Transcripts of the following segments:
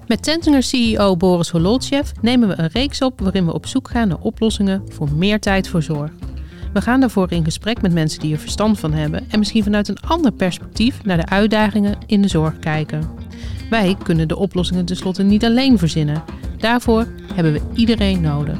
Met Tensinger CEO Boris Hololtsev nemen we een reeks op waarin we op zoek gaan naar oplossingen voor meer tijd voor zorg. We gaan daarvoor in gesprek met mensen die er verstand van hebben en misschien vanuit een ander perspectief naar de uitdagingen in de zorg kijken. Wij kunnen de oplossingen tenslotte niet alleen verzinnen. Daarvoor hebben we iedereen nodig.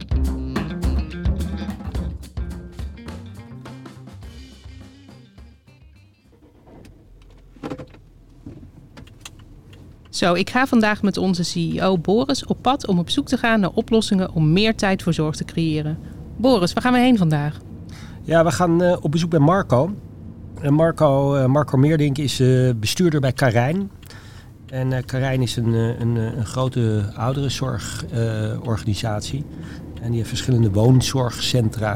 Zo, ik ga vandaag met onze CEO Boris op pad om op zoek te gaan naar oplossingen om meer tijd voor zorg te creëren. Boris, waar gaan we heen vandaag? Ja, we gaan op bezoek bij Marco. En Marco Meerdink is bestuurder bij Carijn. En Carijn is een grote ouderenzorgorganisatie. En die heeft verschillende woonzorgcentra.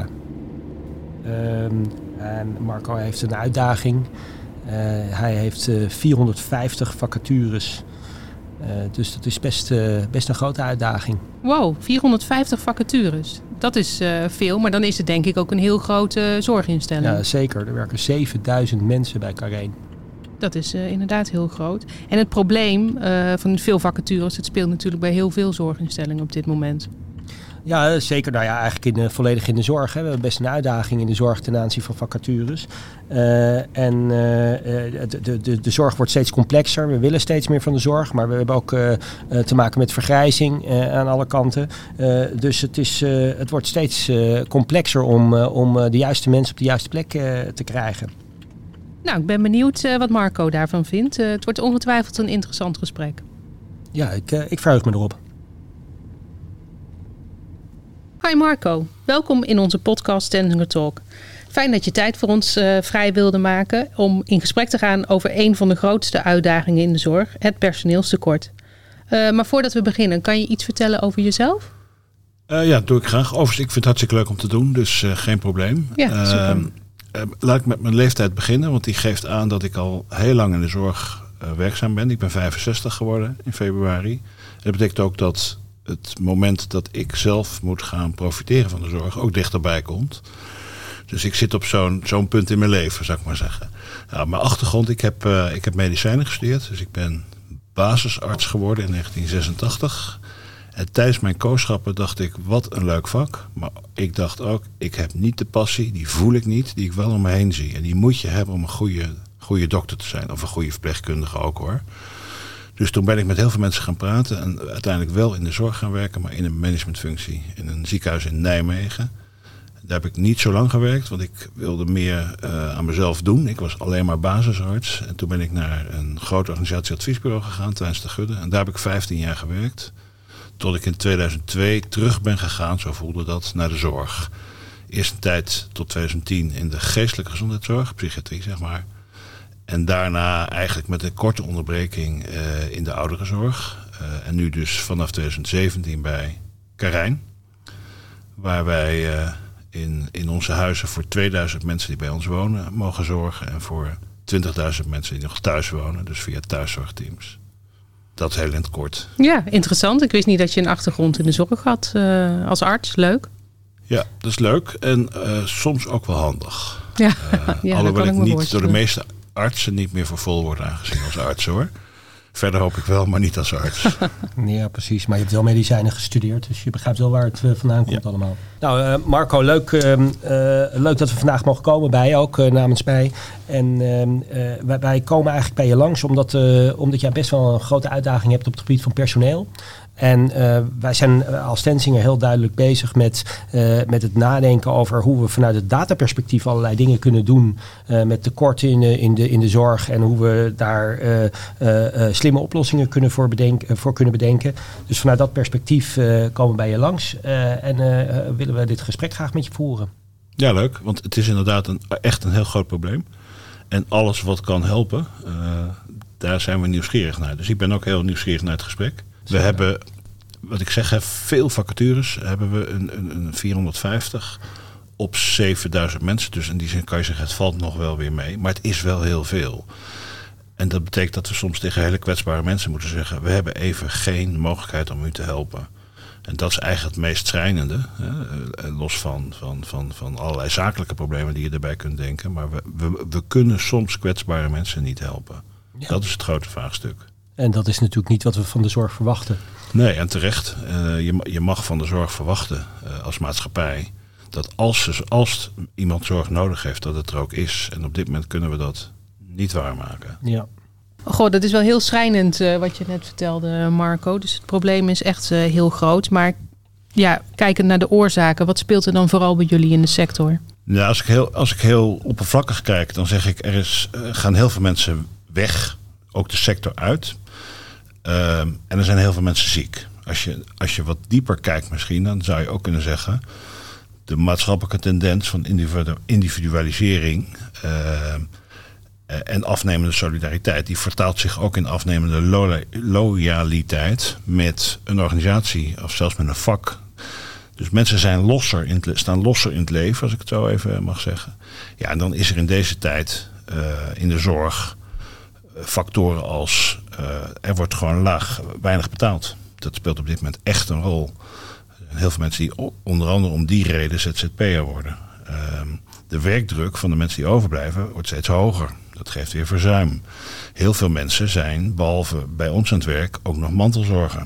En Marco heeft een uitdaging. Hij heeft 450 vacatures. Dus dat is best een grote uitdaging. Wow, 450 vacatures. Dat is veel, maar dan is het denk ik ook een heel grote zorginstelling. Ja, zeker. Er werken 7000 mensen bij Carijn. Dat is inderdaad heel groot. En het probleem van veel vacatures, het speelt natuurlijk bij heel veel zorginstellingen op dit moment. Ja, zeker. Nou ja, eigenlijk volledig in de zorg. Hè. We hebben best een uitdaging in de zorg ten aanzien van vacatures. De zorg wordt steeds complexer. We willen steeds meer van de zorg. Maar we hebben ook te maken met vergrijzing aan alle kanten. Dus het wordt steeds complexer om de juiste mensen op de juiste plek te krijgen. Nou, ik ben benieuwd wat Marco daarvan vindt. Het wordt ongetwijfeld een interessant gesprek. Ja, ik verheug me erop. Hi Marco, welkom in onze podcast Tensinger Talk. Fijn dat je tijd voor ons vrij wilde maken om in gesprek te gaan over een van de grootste uitdagingen in de zorg, het personeelstekort. Maar voordat we beginnen, kan je iets vertellen over jezelf? Ja, dat doe ik graag. Overigens, ik vind het hartstikke leuk om te doen, dus geen probleem. Ja, super. Laat ik met mijn leeftijd beginnen, want die geeft aan dat ik al heel lang in de zorg werkzaam ben. Ik ben 65 geworden in februari. Dat betekent ook dat het moment dat ik zelf moet gaan profiteren van de zorg ook dichterbij komt. Dus ik zit op zo'n punt in mijn leven, zou ik maar zeggen. Nou, mijn achtergrond, ik heb medicijnen gestudeerd. Dus ik ben basisarts geworden in 1986. En tijdens mijn kooschappen dacht ik, wat een leuk vak. Maar ik dacht ook, ik heb niet de passie, die voel ik niet, die ik wel om me heen zie. En die moet je hebben om een goede dokter te zijn. Of een goede verpleegkundige ook hoor. Dus toen ben ik met heel veel mensen gaan praten en uiteindelijk wel in de zorg gaan werken, maar in een managementfunctie in een ziekenhuis in Nijmegen. Daar heb ik niet zo lang gewerkt, want ik wilde meer aan mezelf doen. Ik was alleen maar basisarts. En toen ben ik naar een grote organisatieadviesbureau gegaan, Twijns de Gudde. En daar heb ik 15 jaar gewerkt. Tot ik in 2002 terug ben gegaan, zo voelde dat, naar de zorg. Eerst een tijd tot 2010 in de geestelijke gezondheidszorg, psychiatrie zeg maar. En daarna eigenlijk met een korte onderbreking in de ouderenzorg. En nu dus vanaf 2017 bij Carijn. Waar wij in onze huizen voor 2000 mensen die bij ons wonen mogen zorgen. En voor 20.000 mensen die nog thuis wonen. Dus via thuiszorgteams. Dat is heel in het kort. Ja, interessant. Ik wist niet dat je een achtergrond in de zorg had als arts. Leuk. Ja, dat is leuk. En soms ook wel handig. Ja, ja, alhoewel ik niet voorstellen. door de meeste artsen niet meer voor vol wordt aangezien als arts hoor. Verder hoop ik wel, maar niet als arts. Ja, precies. Maar je hebt wel medicijnen gestudeerd, dus je begrijpt wel waar het vandaan komt allemaal. Nou, Marco, leuk dat we vandaag mogen komen bij je, ook namens mij. En wij komen eigenlijk bij je langs, omdat jij best wel een grote uitdaging hebt op het gebied van personeel. En wij zijn als Tensinger heel duidelijk bezig met het nadenken over hoe we vanuit het dataperspectief allerlei dingen kunnen doen met tekorten in de zorg en hoe we daar slimme oplossingen voor kunnen bedenken. Dus vanuit dat perspectief komen we bij je langs en willen we dit gesprek graag met je voeren. Ja, leuk, want het is inderdaad echt een heel groot probleem. En alles wat kan helpen, daar zijn we nieuwsgierig naar. Dus ik ben ook heel nieuwsgierig naar het gesprek. We hebben, wat ik zeg, veel vacatures. Hebben we een 450 op 7000 mensen. Dus in die zin kan je zeggen, het valt nog wel weer mee. Maar het is wel heel veel. En dat betekent dat we soms tegen hele kwetsbare mensen moeten zeggen, we hebben even geen mogelijkheid om u te helpen. En dat is eigenlijk het meest schrijnende. Hè? Los van allerlei zakelijke problemen die je erbij kunt denken. Maar we kunnen soms kwetsbare mensen niet helpen. Ja. Dat is het grote vraagstuk. En dat is natuurlijk niet wat we van de zorg verwachten. Nee, en terecht. Je mag van de zorg verwachten als maatschappij dat als iemand zorg nodig heeft, dat het er ook is. En op dit moment kunnen we dat niet waarmaken. Ja. Goh, dat is wel heel schrijnend wat je net vertelde, Marco. Dus het probleem is echt heel groot. Maar ja, kijkend naar de oorzaken, wat speelt er dan vooral bij jullie in de sector? Ja, als ik heel oppervlakkig kijk, dan zeg ik, gaan heel veel mensen weg, ook de sector uit. En er zijn heel veel mensen ziek. Als je wat dieper kijkt misschien, dan zou je ook kunnen zeggen, de maatschappelijke tendens van individualisering en afnemende solidariteit, die vertaalt zich ook in afnemende loyaliteit met een organisatie of zelfs met een vak. Dus mensen zijn staan losser in het leven, als ik het zo even mag zeggen. Ja, en dan is er in deze tijd in de zorg factoren als er wordt gewoon weinig betaald. Dat speelt op dit moment echt een rol. Heel veel mensen die onder andere om die reden ZZP'er worden. De werkdruk van de mensen die overblijven wordt steeds hoger. Dat geeft weer verzuim. Heel veel mensen zijn, behalve bij ons aan het werk, ook nog mantelzorger.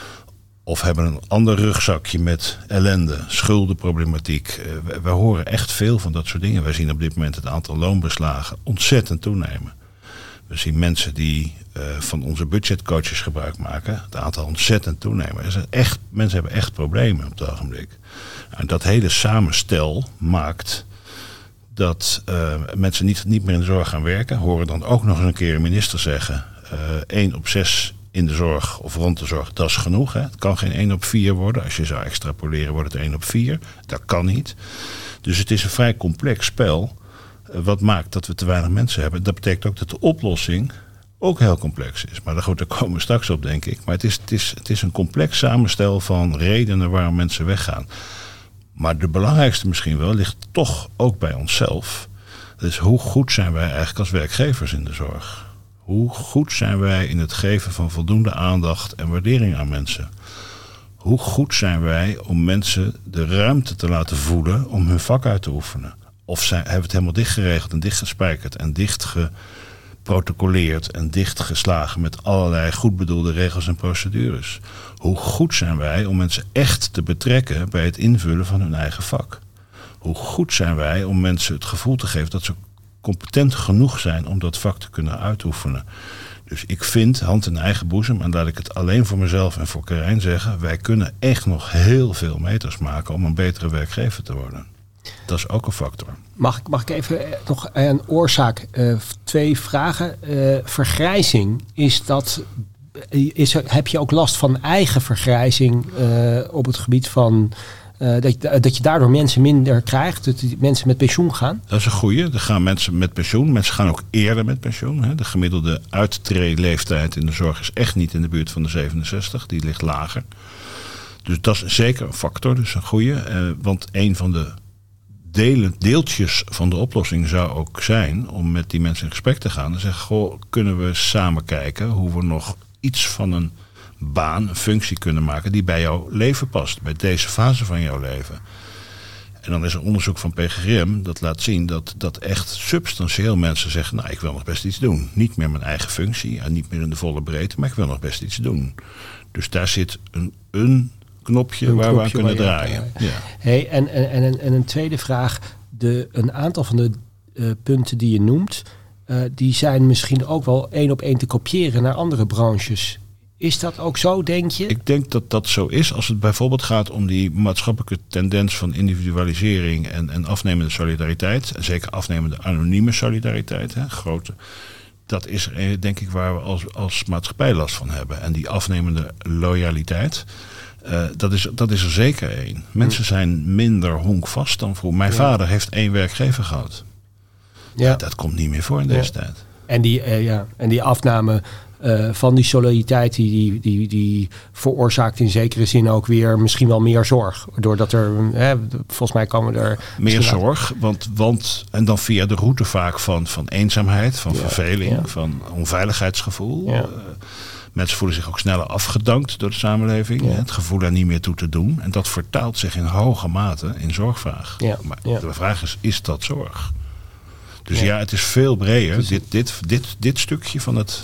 Of hebben een ander rugzakje met ellende, schuldenproblematiek. We horen echt veel van dat soort dingen. Wij zien op dit moment het aantal loonbeslagen ontzettend toenemen. We zien mensen die van onze budgetcoaches gebruik maken. Het aantal ontzettend toenemen. Mensen hebben echt problemen op het ogenblik. En dat hele samenstel maakt dat mensen niet meer in de zorg gaan werken. Horen dan ook nog eens een keer een minister zeggen, 1 op 6 in de zorg of rond de zorg, dat is genoeg. Hè? Het kan geen 1 op 4 worden. Als je zou extrapoleren wordt het 1 op 4. Dat kan niet. Dus het is een vrij complex spel. Wat maakt dat we te weinig mensen hebben. Dat betekent ook dat de oplossing ook heel complex is. Maar daar komen we straks op, denk ik. Maar het is een complex samenstel van redenen waarom mensen weggaan. Maar de belangrijkste misschien wel ligt toch ook bij onszelf. Dus hoe goed zijn wij eigenlijk als werkgevers in de zorg? Hoe goed zijn wij in het geven van voldoende aandacht en waardering aan mensen? Hoe goed zijn wij om mensen de ruimte te laten voelen om hun vak uit te oefenen? Of hebben we het helemaal dichtgeregeld en dichtgespijkerd en dichtgeprotocoleerd en dichtgeslagen met allerlei goed bedoelde regels en procedures? Hoe goed zijn wij om mensen echt te betrekken bij het invullen van hun eigen vak? Hoe goed zijn wij om mensen het gevoel te geven dat ze competent genoeg zijn om dat vak te kunnen uitoefenen? Dus ik vind, hand in eigen boezem, en laat ik het alleen voor mezelf en voor Carijn zeggen, wij kunnen echt nog heel veel meters maken om een betere werkgever te worden. Dat is ook een factor. Mag ik even nog een oorzaak, 2 vragen. Vergrijzing, heb je ook last van eigen vergrijzing op het gebied van dat je daardoor mensen minder krijgt, dat die mensen met pensioen gaan? Dat is een goeie. Er gaan mensen met pensioen. Mensen gaan ook eerder met pensioen. Hè. De gemiddelde uittreeleeftijd in de zorg is echt niet in de buurt van de 67. Die ligt lager. Dus dat is zeker een factor. Dus een goeie. Want een van de deeltjes van de oplossing zou ook zijn om met die mensen in gesprek te gaan en zeggen, goh, kunnen we samen kijken hoe we nog iets van een baan, een functie kunnen maken die bij jouw leven past, bij deze fase van jouw leven. En dan is er onderzoek van PGRM dat laat zien dat echt substantieel mensen zeggen, nou, ik wil nog best iets doen. Niet meer mijn eigen functie en niet meer in de volle breedte, maar ik wil nog best iets doen. Dus daar zit een knopje waar we aan kunnen draaien. Ja. Hey, en een tweede vraag. Een aantal van de punten die je noemt, die zijn misschien ook wel 1 op 1 te kopiëren naar andere branches. Is dat ook zo, denk je? Ik denk dat dat zo is. Als het bijvoorbeeld gaat om die maatschappelijke tendens van individualisering en afnemende solidariteit. En zeker afnemende anonieme solidariteit. Hè, grote. Dat is er, denk ik, waar we als maatschappij last van hebben. En die afnemende loyaliteit, dat is er zeker 1. Mensen zijn minder honkvast dan vroeger. Mijn vader heeft 1 werkgever gehad. Ja. Dat komt niet meer voor in deze tijd. En die afname van die solidariteit die veroorzaakt in zekere zin ook weer misschien wel meer zorg. Doordat er, volgens mij komen er meer zorg, want en dan via de route vaak van eenzaamheid, van verveling, van onveiligheidsgevoel. Ja. Mensen voelen zich ook sneller afgedankt door de samenleving. Ja. Het gevoel daar niet meer toe te doen. En dat vertaalt zich in hoge mate in zorgvraag. Ja. Maar de vraag is dat zorg? Dus het is veel breder. Dit stukje van het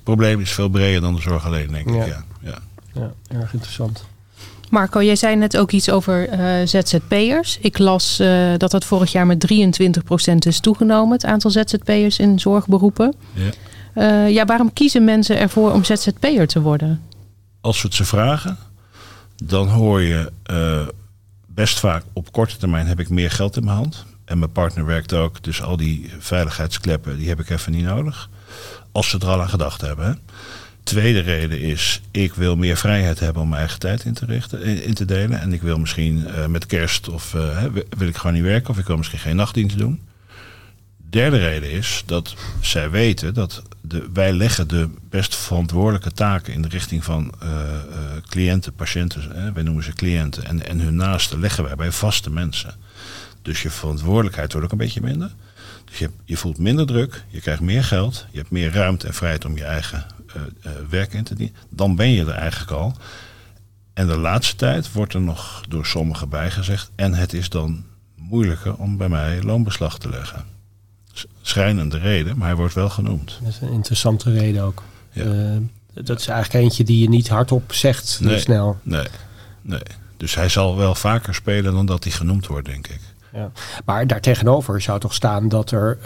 probleem is veel breder dan de zorg alleen, denk ik. Ja, erg interessant. Marco, jij zei net ook iets over ZZP'ers. Ik las dat vorig jaar met 23% is toegenomen, het aantal ZZP'ers in zorgberoepen. Ja. Waarom kiezen mensen ervoor om ZZP'er te worden? Als we het ze vragen, dan hoor je best vaak op korte termijn heb ik meer geld in mijn hand. En mijn partner werkt ook, dus al die veiligheidskleppen, die heb ik even niet nodig. Als ze er al aan gedacht hebben. Hè. Tweede reden is, ik wil meer vrijheid hebben om mijn eigen tijd in te delen. En ik wil misschien met kerst of wil ik gewoon niet werken of ik wil misschien geen nachtdienst doen. Derde reden is dat zij weten dat wij leggen de best verantwoordelijke taken in de richting van cliënten, patiënten, wij noemen ze cliënten, en hun naasten leggen wij bij vaste mensen. Dus je verantwoordelijkheid wordt ook een beetje minder. Dus je voelt minder druk, je krijgt meer geld, je hebt meer ruimte en vrijheid om je eigen werk in te dienen. Dan ben je er eigenlijk al. En de laatste tijd wordt er nog door sommigen bijgezegd, en het is dan moeilijker om bij mij loonbeslag te leggen. Schrijnende reden, maar hij wordt wel genoemd. Dat is een interessante reden ook. Ja. Dat is eigenlijk eentje die je niet hardop zegt snel. Nee. Dus hij zal wel vaker spelen dan dat hij genoemd wordt, denk ik. Ja. Maar daartegenover zou toch staan dat er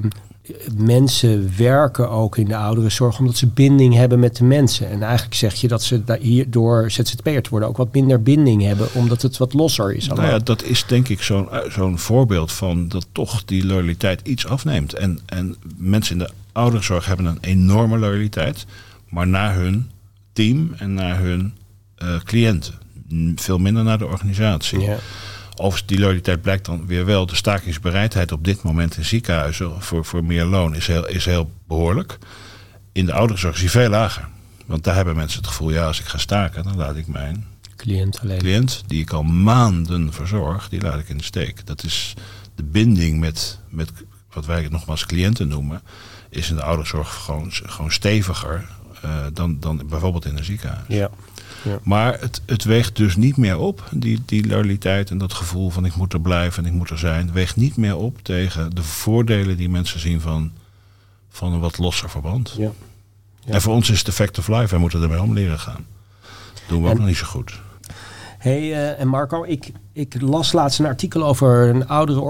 mensen werken ook in de ouderenzorg omdat ze binding hebben met de mensen. En eigenlijk zeg je dat ze hier door ZZP'er te worden ook wat minder binding hebben, omdat het wat losser is. Nou ja, dat is denk ik zo'n voorbeeld van dat toch die loyaliteit iets afneemt. En mensen in de ouderenzorg hebben een enorme loyaliteit, maar naar hun team en naar hun cliënten. Veel minder naar de organisatie. Ja. Overigens, die loyaliteit blijkt dan weer wel. De stakingsbereidheid op dit moment in ziekenhuizen voor meer loon is heel behoorlijk. In de ouderenzorg is die veel lager. Want daar hebben mensen het gevoel, als ik ga staken, dan laat ik mijn cliënt, die ik al maanden verzorg, die laat ik in de steek. Dat is de binding met wat wij nogmaals cliënten noemen, is in de ouderenzorg gewoon steviger dan bijvoorbeeld in een ziekenhuis. Ja. Ja. Maar het weegt dus niet meer op, die loyaliteit en dat gevoel van ik moet er blijven en ik moet er zijn, weegt niet meer op tegen de voordelen die mensen zien van een wat losser verband. Ja. Ja. En voor ons is het de fact of life, wij moeten ermee om leren gaan. Dat doen we ook nog niet zo goed. Hey, en Marco, ik las laatst een artikel over een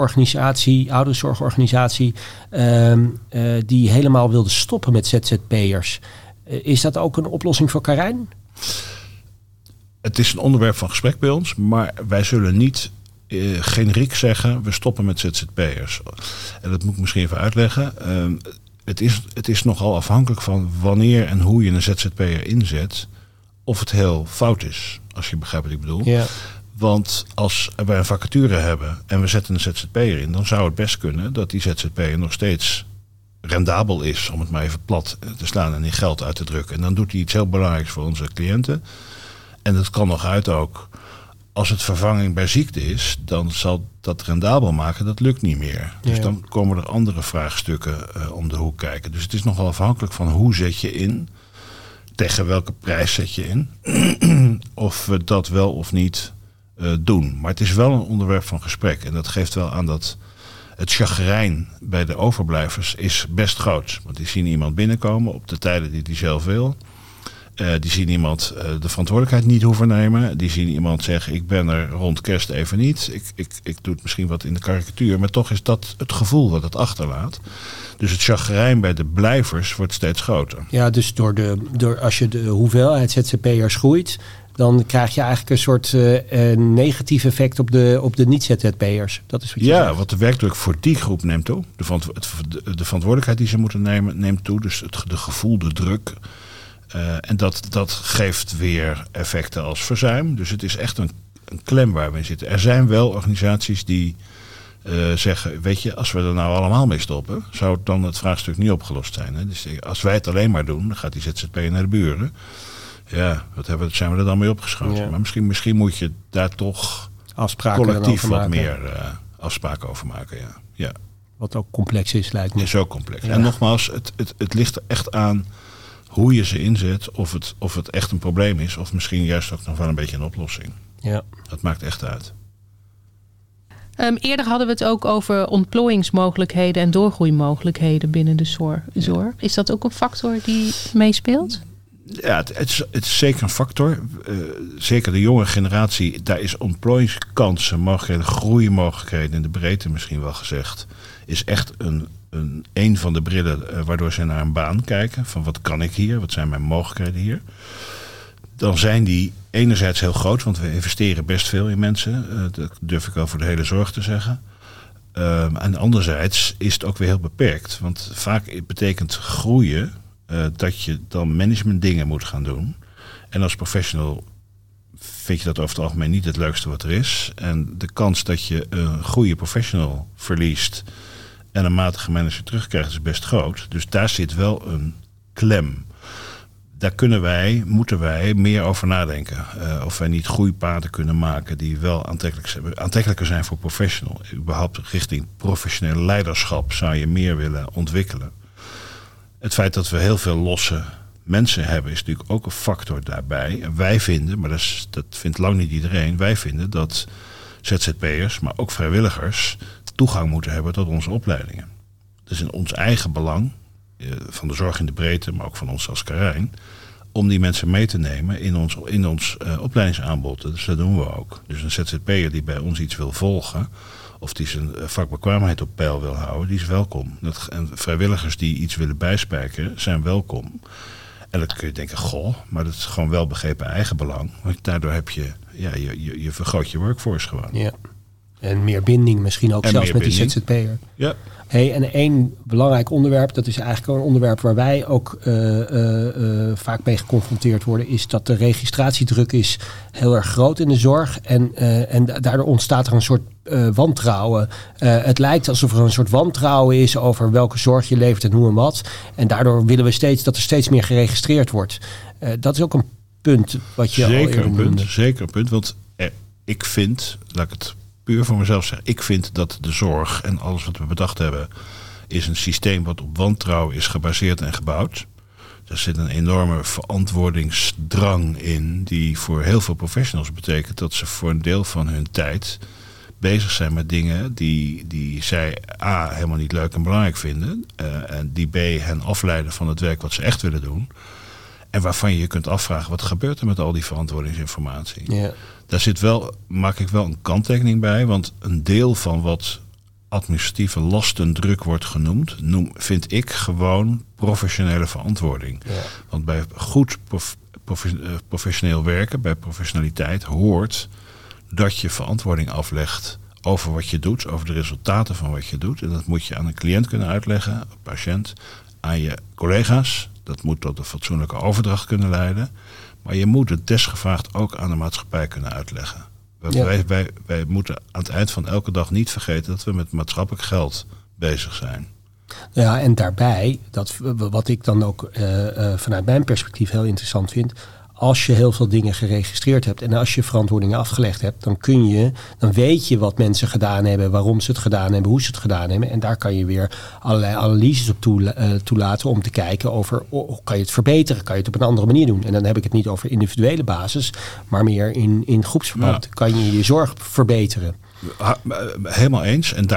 ouderenzorgorganisatie die helemaal wilde stoppen met ZZP'ers. Is dat ook een oplossing voor Karijn? Het is een onderwerp van gesprek bij ons, maar wij zullen niet generiek zeggen, we stoppen met ZZP'ers. En dat moet ik misschien even uitleggen. Het is nogal afhankelijk van wanneer en hoe je een ZZP'er inzet, of het heel fout is, als je begrijpt wat ik bedoel. Ja. Want als wij een vacature hebben en we zetten een ZZP'er in, dan zou het best kunnen dat die ZZP'er nog steeds rendabel is, om het maar even plat te slaan en in geld uit te drukken. En dan doet hij iets heel belangrijks voor onze cliënten. En dat kan nog uit ook, als het vervanging bij ziekte is, dan zal dat rendabel maken, dat lukt niet meer. Dus dan komen er andere vraagstukken om de hoek kijken. Dus het is nogal afhankelijk van hoe zet je in, tegen welke prijs zet je in, of we dat wel of niet doen. Maar het is wel een onderwerp van gesprek en dat geeft wel aan dat het chagrijn bij de overblijvers is best groot. Want die zien iemand binnenkomen op de tijden die hij zelf wil. Die zien iemand de verantwoordelijkheid niet hoeven nemen. Die zien iemand zeggen, ik ben er rond kerst even niet. Ik doe het misschien wat in de karikatuur. Maar toch is dat het gevoel wat het achterlaat. Dus het chagrijn bij de blijvers wordt steeds groter. Ja, dus als je de hoeveelheid ZZP'ers groeit, dan krijg je eigenlijk een soort negatief effect op de niet-ZZP'ers. Dat is wat je zegt. Want de werkdruk voor die groep neemt toe. De verantwoordelijkheid die ze moeten nemen neemt toe. Dus de gevoel, de druk. En dat geeft weer effecten als verzuim. Dus het is echt een klem waar we in zitten. Er zijn wel organisaties die zeggen, weet je, als we er nou allemaal mee stoppen, zou dan het vraagstuk niet opgelost zijn. Hè? Dus als wij het alleen maar doen, dan gaat die ZZP naar de buren. Ja, zijn we er dan mee opgeschoten. Ja. Maar misschien moet je daar toch collectief wat meer afspraken over maken. Ja. Wat ook complex is, lijkt me. Is ook complex. Ja. En nogmaals, het ligt er echt aan hoe je ze inzet, of het echt een probleem is, of misschien juist ook nog wel een beetje een oplossing. Ja. Dat maakt echt uit. Eerder hadden we het ook over ontplooiingsmogelijkheden en doorgroeimogelijkheden binnen de zorg. Is dat ook een factor die meespeelt? Ja, het is zeker een factor. Zeker de jonge generatie, daar is ontplooiingskansen, mogelijkheden, groeimogelijkheden in de breedte misschien wel gezegd, is echt een van de brillen waardoor ze naar een baan kijken. Van wat kan ik hier? Wat zijn mijn mogelijkheden hier? Dan zijn die enerzijds heel groot, want we investeren best veel in mensen. Dat durf ik wel voor de hele zorg te zeggen. En anderzijds is het ook weer heel beperkt. Want vaak betekent groeien dat je dan managementdingen moet gaan doen. En als professional vind je dat over het algemeen niet het leukste wat er is. En de kans dat je een goede professional verliest en een matige manager terugkrijgt is best groot. Dus daar zit wel een klem. Daar moeten wij meer over nadenken. Of wij niet groeipaden kunnen maken die wel aantrekkelijker zijn voor professional. Überhaupt richting professioneel leiderschap zou je meer willen ontwikkelen. Het feit dat we heel veel losse mensen hebben is natuurlijk ook een factor daarbij. En wij vinden, maar dat vindt lang niet iedereen, wij vinden dat ZZP'ers, maar ook vrijwilligers toegang moeten hebben tot onze opleidingen. Dus in ons eigen belang, van de zorg in de breedte, maar ook van ons als Carijn, om die mensen mee te nemen in ons opleidingsaanbod. Dus dat doen we ook. Dus een ZZP'er die bij ons iets wil volgen, of die zijn vakbekwaamheid op peil wil houden, die is welkom. En vrijwilligers die iets willen bijspijkeren, zijn welkom. En dan kun je denken, maar dat is gewoon wel begrepen eigenbelang. Want daardoor heb je vergroot je workforce gewoon. Ja. En meer binding misschien ook, en zelfs met die ZZP'er. Ja. En één belangrijk onderwerp, dat is eigenlijk een onderwerp waar wij ook vaak mee geconfronteerd worden, is dat de registratiedruk is heel erg groot in de zorg. En daardoor ontstaat er een soort wantrouwen. Het lijkt alsof er een soort wantrouwen is over welke zorg je levert en hoe en wat. En daardoor willen we dat er steeds meer geregistreerd wordt. Dat is ook een punt wat je zeker een punt, want ik vind, laat ik het puur voor mezelf zeggen, ik vind dat de zorg en alles wat we bedacht hebben is een systeem wat op wantrouwen is gebaseerd en gebouwd. Er zit een enorme verantwoordingsdrang in die voor heel veel professionals betekent dat ze voor een deel van hun tijd bezig zijn met dingen die zij A, helemaal niet leuk en belangrijk vinden, en die B, hen afleiden van het werk wat ze echt willen doen. En waarvan je je kunt afvragen, wat gebeurt er met al die verantwoordingsinformatie? Ja. Daar maak ik wel een kanttekening bij, want een deel van wat administratieve lastendruk wordt genoemd, vind ik gewoon professionele verantwoording. Ja. Want bij goed professioneel werken, bij professionaliteit, hoort dat je verantwoording aflegt over wat je doet, over de resultaten van wat je doet. En dat moet je aan een cliënt kunnen uitleggen, een patiënt, aan je collega's. Dat moet tot een fatsoenlijke overdracht kunnen leiden. Maar je moet het desgevraagd ook aan de maatschappij kunnen uitleggen. Wij moeten aan het eind van elke dag niet vergeten dat we met maatschappelijk geld bezig zijn. Ja, en daarbij, wat ik dan ook vanuit mijn perspectief heel interessant vind, als je heel veel dingen geregistreerd hebt en als je verantwoordingen afgelegd hebt, dan weet je wat mensen gedaan hebben, waarom ze het gedaan hebben, hoe ze het gedaan hebben. En daar kan je weer allerlei analyses op toelaten om te kijken over, kan je het verbeteren, kan je het op een andere manier doen. En dan heb ik het niet over individuele basis, maar meer in groepsverband. Ja. Kan je je zorg verbeteren. Helemaal eens. En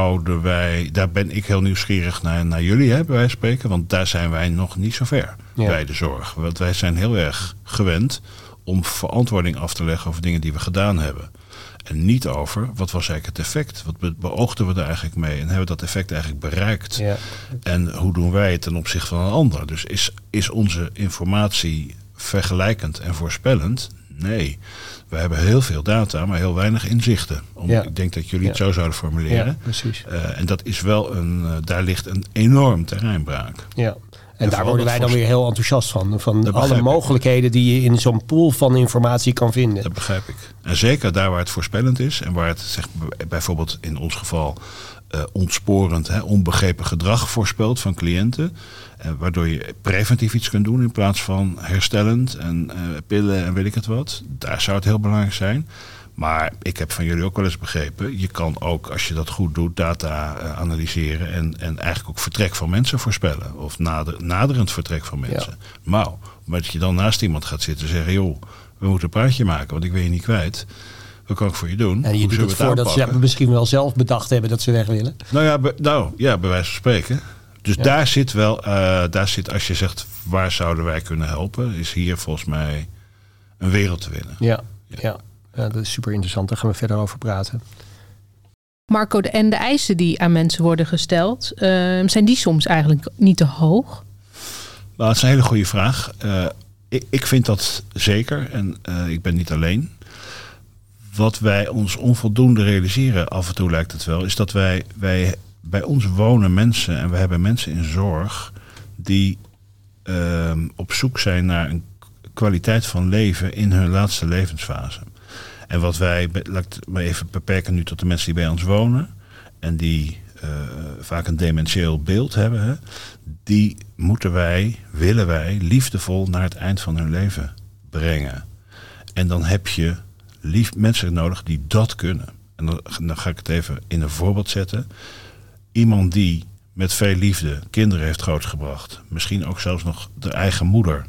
daar ben ik heel nieuwsgierig naar jullie, bij wijze van spreken. Want daar zijn wij nog niet zo ver bij de zorg. Want wij zijn heel erg gewend om verantwoording af te leggen over dingen die we gedaan hebben. En niet over, wat was eigenlijk het effect? Wat beoogden we er eigenlijk mee? En hebben we dat effect eigenlijk bereikt? Ja. En hoe doen wij het ten opzichte van een ander? Dus is onze informatie vergelijkend en voorspellend? Nee. We hebben heel veel data, maar heel weinig inzichten. Ik denk dat jullie het zo zouden formuleren. Ja, precies. En dat is wel daar ligt een enorm terreinbraak. Ja. En daar worden wij dan weer heel enthousiast van alle mogelijkheden die je in zo'n pool van informatie kan vinden. Dat begrijp ik. En zeker daar waar het voorspellend is en waar het bijvoorbeeld in ons geval ontsporend, onbegrepen gedrag voorspelt van cliënten. Waardoor je preventief iets kunt doen in plaats van herstellend en pillen en weet ik het wat. Daar zou het heel belangrijk zijn. Maar ik heb van jullie ook wel eens begrepen, je kan ook, als je dat goed doet, data analyseren en eigenlijk ook vertrek van mensen voorspellen. Of naderend vertrek van mensen. Ja. Maar dat je dan naast iemand gaat zitten en zeggen, joh, we moeten een praatje maken, want ik ben je niet kwijt. wat kan ik voor je doen? En je doet het voordat ze misschien wel zelf bedacht hebben dat ze weg willen. Nou ja, bij wijze van spreken. Dus daar zit wel, als je zegt, waar zouden wij kunnen helpen, is hier volgens mij een wereld te winnen. Ja, dat is super interessant. Daar gaan we verder over praten. Marco, en de eisen die aan mensen worden gesteld, zijn die soms eigenlijk niet te hoog? Nou, het is een hele goede vraag. Ik vind dat zeker en ik ben niet alleen. Wat wij ons onvoldoende realiseren, af en toe lijkt het wel, is dat wij bij ons wonen mensen en we hebben mensen in zorg die op zoek zijn naar een kwaliteit van leven in hun laatste levensfase. En wat wij, laat ik me even beperken nu tot de mensen die bij ons wonen en die vaak een dementieel beeld hebben, hè, die willen wij liefdevol naar het eind van hun leven brengen. En dan heb je mensen nodig die dat kunnen. En dan ga ik het even in een voorbeeld zetten. Iemand die met veel liefde kinderen heeft grootgebracht, misschien ook zelfs nog de eigen moeder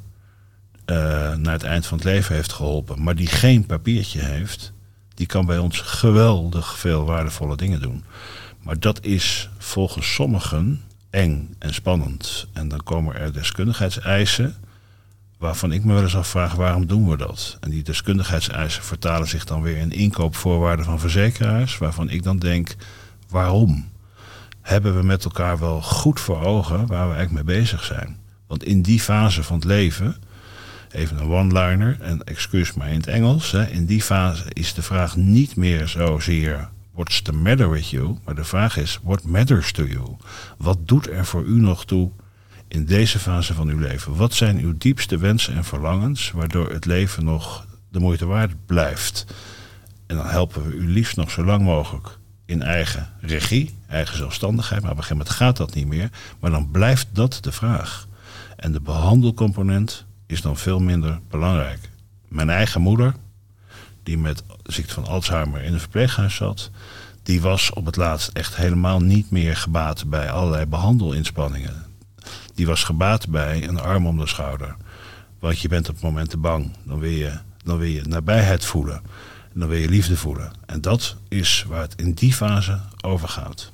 naar het eind van het leven heeft geholpen, maar die geen papiertje heeft, die kan bij ons geweldig veel waardevolle dingen doen. Maar dat is volgens sommigen eng en spannend. En dan komen er deskundigheidseisen waarvan ik me wel eens afvraag, waarom doen we dat? En die deskundigheidseisen vertalen zich dan weer in inkoopvoorwaarden van verzekeraars, waarvan ik dan denk, waarom? Hebben we met elkaar wel goed voor ogen waar we eigenlijk mee bezig zijn? Want in die fase van het leven, even een one-liner, en excuus maar in het Engels, in die fase is de vraag niet meer zozeer what's the matter with you, maar de vraag is, what matters to you? Wat doet er voor u nog toe in deze fase van uw leven? Wat zijn uw diepste wensen en verlangens, waardoor het leven nog de moeite waard blijft? En dan helpen we u liefst nog zo lang mogelijk in eigen regie, eigen zelfstandigheid, maar op een gegeven moment gaat dat niet meer. Maar dan blijft dat de vraag. En de behandelcomponent is dan veel minder belangrijk. Mijn eigen moeder, die met ziekte van Alzheimer in een verpleeghuis zat, die was op het laatst echt helemaal niet meer gebaat bij allerlei behandelinspanningen. Die was gebaat bij een arm om de schouder. Want je bent op momenten bang. Dan wil je nabijheid voelen. En dan wil je liefde voelen. En dat is waar het in die fase over gaat.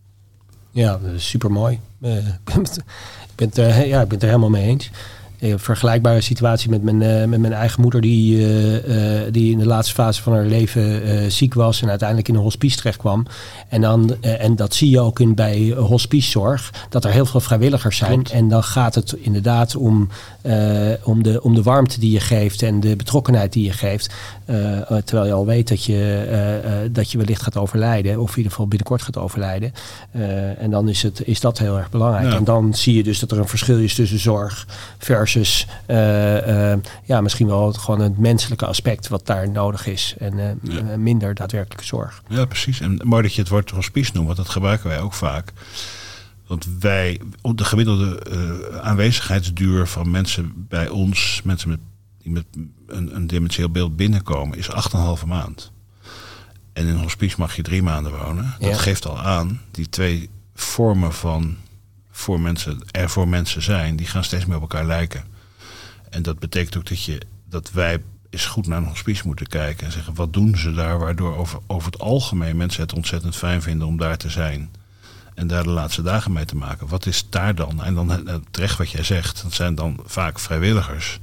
Ja, dat is super mooi. Ik ben het er helemaal mee eens. Een vergelijkbare situatie met mijn eigen moeder die in de laatste fase van haar leven ziek was en uiteindelijk in een hospice terecht kwam. En dat zie je ook bij hospicezorg, dat er heel veel vrijwilligers zijn. Klopt. En dan gaat het inderdaad om de warmte die je geeft en de betrokkenheid die je geeft. Terwijl je al weet dat je wellicht gaat overlijden, of in ieder geval binnenkort gaat overlijden. En dan is dat heel erg belangrijk. Ja. En dan zie je dus dat er een verschil is tussen zorg versus misschien wel gewoon het menselijke aspect wat daar nodig is. En minder daadwerkelijke zorg. Ja, precies. En mooi dat je het woord hospice noemt, want dat gebruiken wij ook vaak. Want de gemiddelde aanwezigheidsduur van mensen bij ons, mensen die met een dementieel beeld binnenkomen, is 8,5 maand. En in een hospice mag je 3 maanden wonen. Dat geeft al aan, die 2 vormen van voor mensen zijn, die gaan steeds meer op elkaar lijken. En dat betekent ook dat wij eens goed naar een hospice moeten kijken en zeggen, wat doen ze daar, waardoor over het algemeen mensen het ontzettend fijn vinden om daar te zijn. En daar de laatste dagen mee te maken. Wat is daar dan? En dan terecht wat jij zegt, dat zijn dan vaak vrijwilligers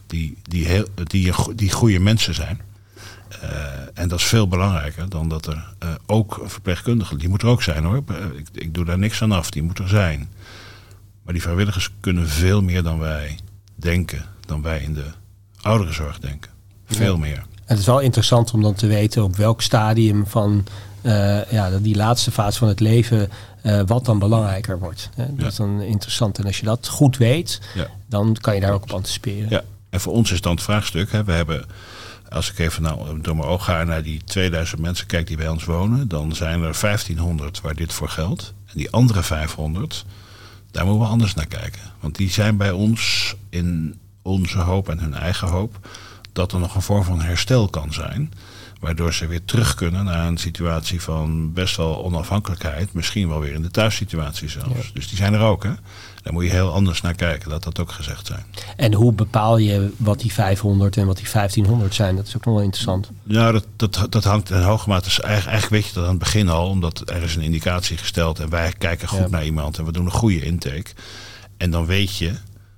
die goede mensen zijn. En dat is veel belangrijker dan dat er ook een verpleegkundige, die moet er ook zijn hoor. Ik doe daar niks aan af, die moet er zijn. Maar die vrijwilligers kunnen veel meer dan wij denken, dan wij in de ouderenzorg denken. Veel meer. En het is wel interessant om dan te weten op welk stadium van die laatste fase van het leven wat dan belangrijker wordt. Dat is dan interessant. En als je dat goed weet, dan kan je daar ook op anticiperen. Ja, en voor ons is dan het vraagstuk, we hebben, als ik even door mijn oog ga naar die 2000 mensen kijk die bij ons wonen, dan zijn er 1500 waar dit voor geldt. En die andere 500, daar moeten we anders naar kijken. Want die zijn bij ons in onze hoop en hun eigen hoop dat er nog een vorm van herstel kan zijn. Waardoor ze weer terug kunnen naar een situatie van best wel onafhankelijkheid. Misschien wel weer in de thuissituatie zelfs. Ja. Dus die zijn er ook. Hè? Daar moet je heel anders naar kijken. Dat ook gezegd zijn. En hoe bepaal je wat die 500 en wat die 1500 zijn? Dat is ook nog wel interessant. Ja, dat hangt in hoge mate. Dus eigenlijk weet je dat aan het begin al. Omdat er is een indicatie gesteld. En wij kijken goed naar iemand. En we doen een goede intake. En dan weet je.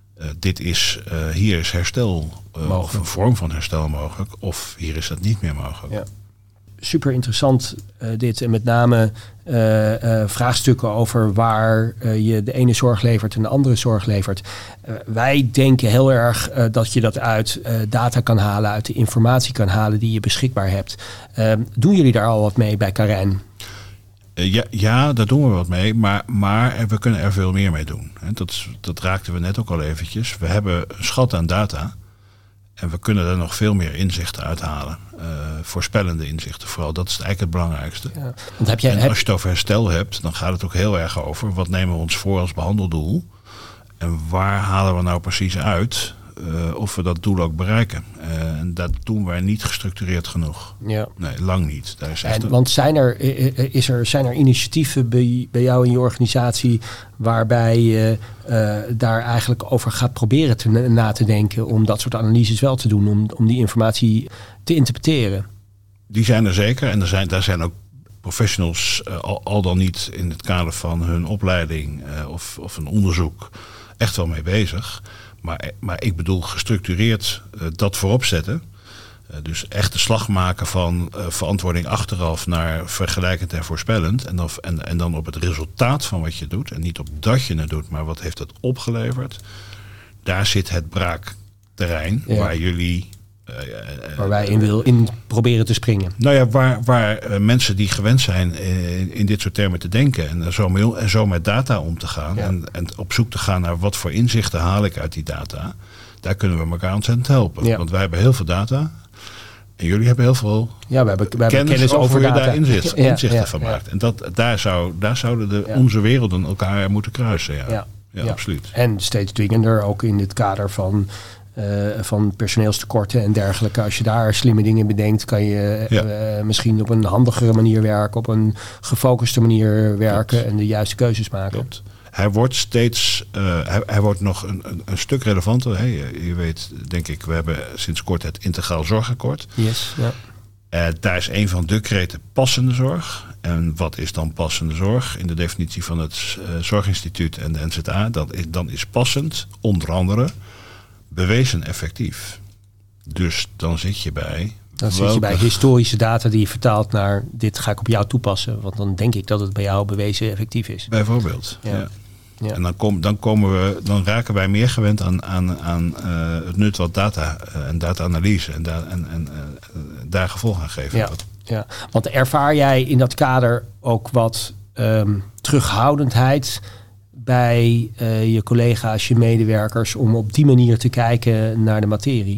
Hier is herstel of een vorm van herstel mogelijk. Of hier is dat niet meer mogelijk. Ja. Super interessant dit. En met name vraagstukken over waar je de ene zorg levert en de andere zorg levert. Wij denken heel erg dat je dat uit data kan halen. Uit de informatie kan halen die je beschikbaar hebt. Doen jullie daar al wat mee bij Carijn? Ja, daar doen we wat mee, maar we kunnen er veel meer mee doen. Dat raakten we net ook al eventjes. We hebben een schat aan data en we kunnen er nog veel meer inzichten uithalen. Voorspellende inzichten vooral, dat is eigenlijk het belangrijkste. Ja, want als je het over herstel hebt, dan gaat het ook heel erg over wat nemen we ons voor als behandeldoel. En waar halen we nou precies uit of we dat doel ook bereiken. En dat doen wij niet gestructureerd genoeg. Ja. Nee, lang niet. Daar is echt want zijn er initiatieven bij jou in je organisatie waarbij je daar eigenlijk over gaat proberen na te denken om dat soort analyses wel te doen, om die informatie te interpreteren? Die zijn er zeker. En daar zijn ook professionals al dan niet in het kader van hun opleiding of een onderzoek echt wel mee bezig. Maar ik bedoel gestructureerd dat voorop zetten. Dus echt de slag maken van verantwoording achteraf naar vergelijkend en voorspellend. En dan op het resultaat van wat je doet. En niet op dat je het doet, maar wat heeft het opgeleverd. Daar zit het braakterrein waar jullie... waar wij in proberen te springen. Nou ja, waar mensen die gewend zijn in dit soort termen te denken en zo met data om te gaan en op zoek te gaan naar wat voor inzichten haal ik uit die data, daar kunnen we elkaar ontzettend helpen. Ja. Want wij hebben heel veel data en jullie hebben heel veel we hebben kennis over je daar inzichten van maakt. En daar zouden onze werelden elkaar moeten kruisen. Ja, absoluut. En steeds dwingender ook in dit kader van personeelstekorten en dergelijke. Als je daar slimme dingen bedenkt, kan je misschien op een handigere manier werken, op een gefocuste manier werken en de juiste keuzes maken. Klopt. Hij wordt steeds, hij wordt nog een stuk relevanter. Hey, je weet, denk ik, we hebben sinds kort het Integraal Zorgakkoord. Yes, ja. Daar is een van de kreten passende zorg. En wat is dan passende zorg? In de definitie van het Zorginstituut en de NZA, dan is passend onder andere bewezen effectief. Dus dan zit je bij... zit je bij historische data die je vertaalt naar dit ga ik op jou toepassen. Want dan denk ik dat het bij jou bewezen effectief is. Bijvoorbeeld, ja. En dan raken wij meer gewend aan het nut wat data en data-analyse en daar gevolg aan geven. Ja, want ervaar jij in dat kader ook wat terughoudendheid bij je collega's, je medewerkers, om op die manier te kijken naar de materie?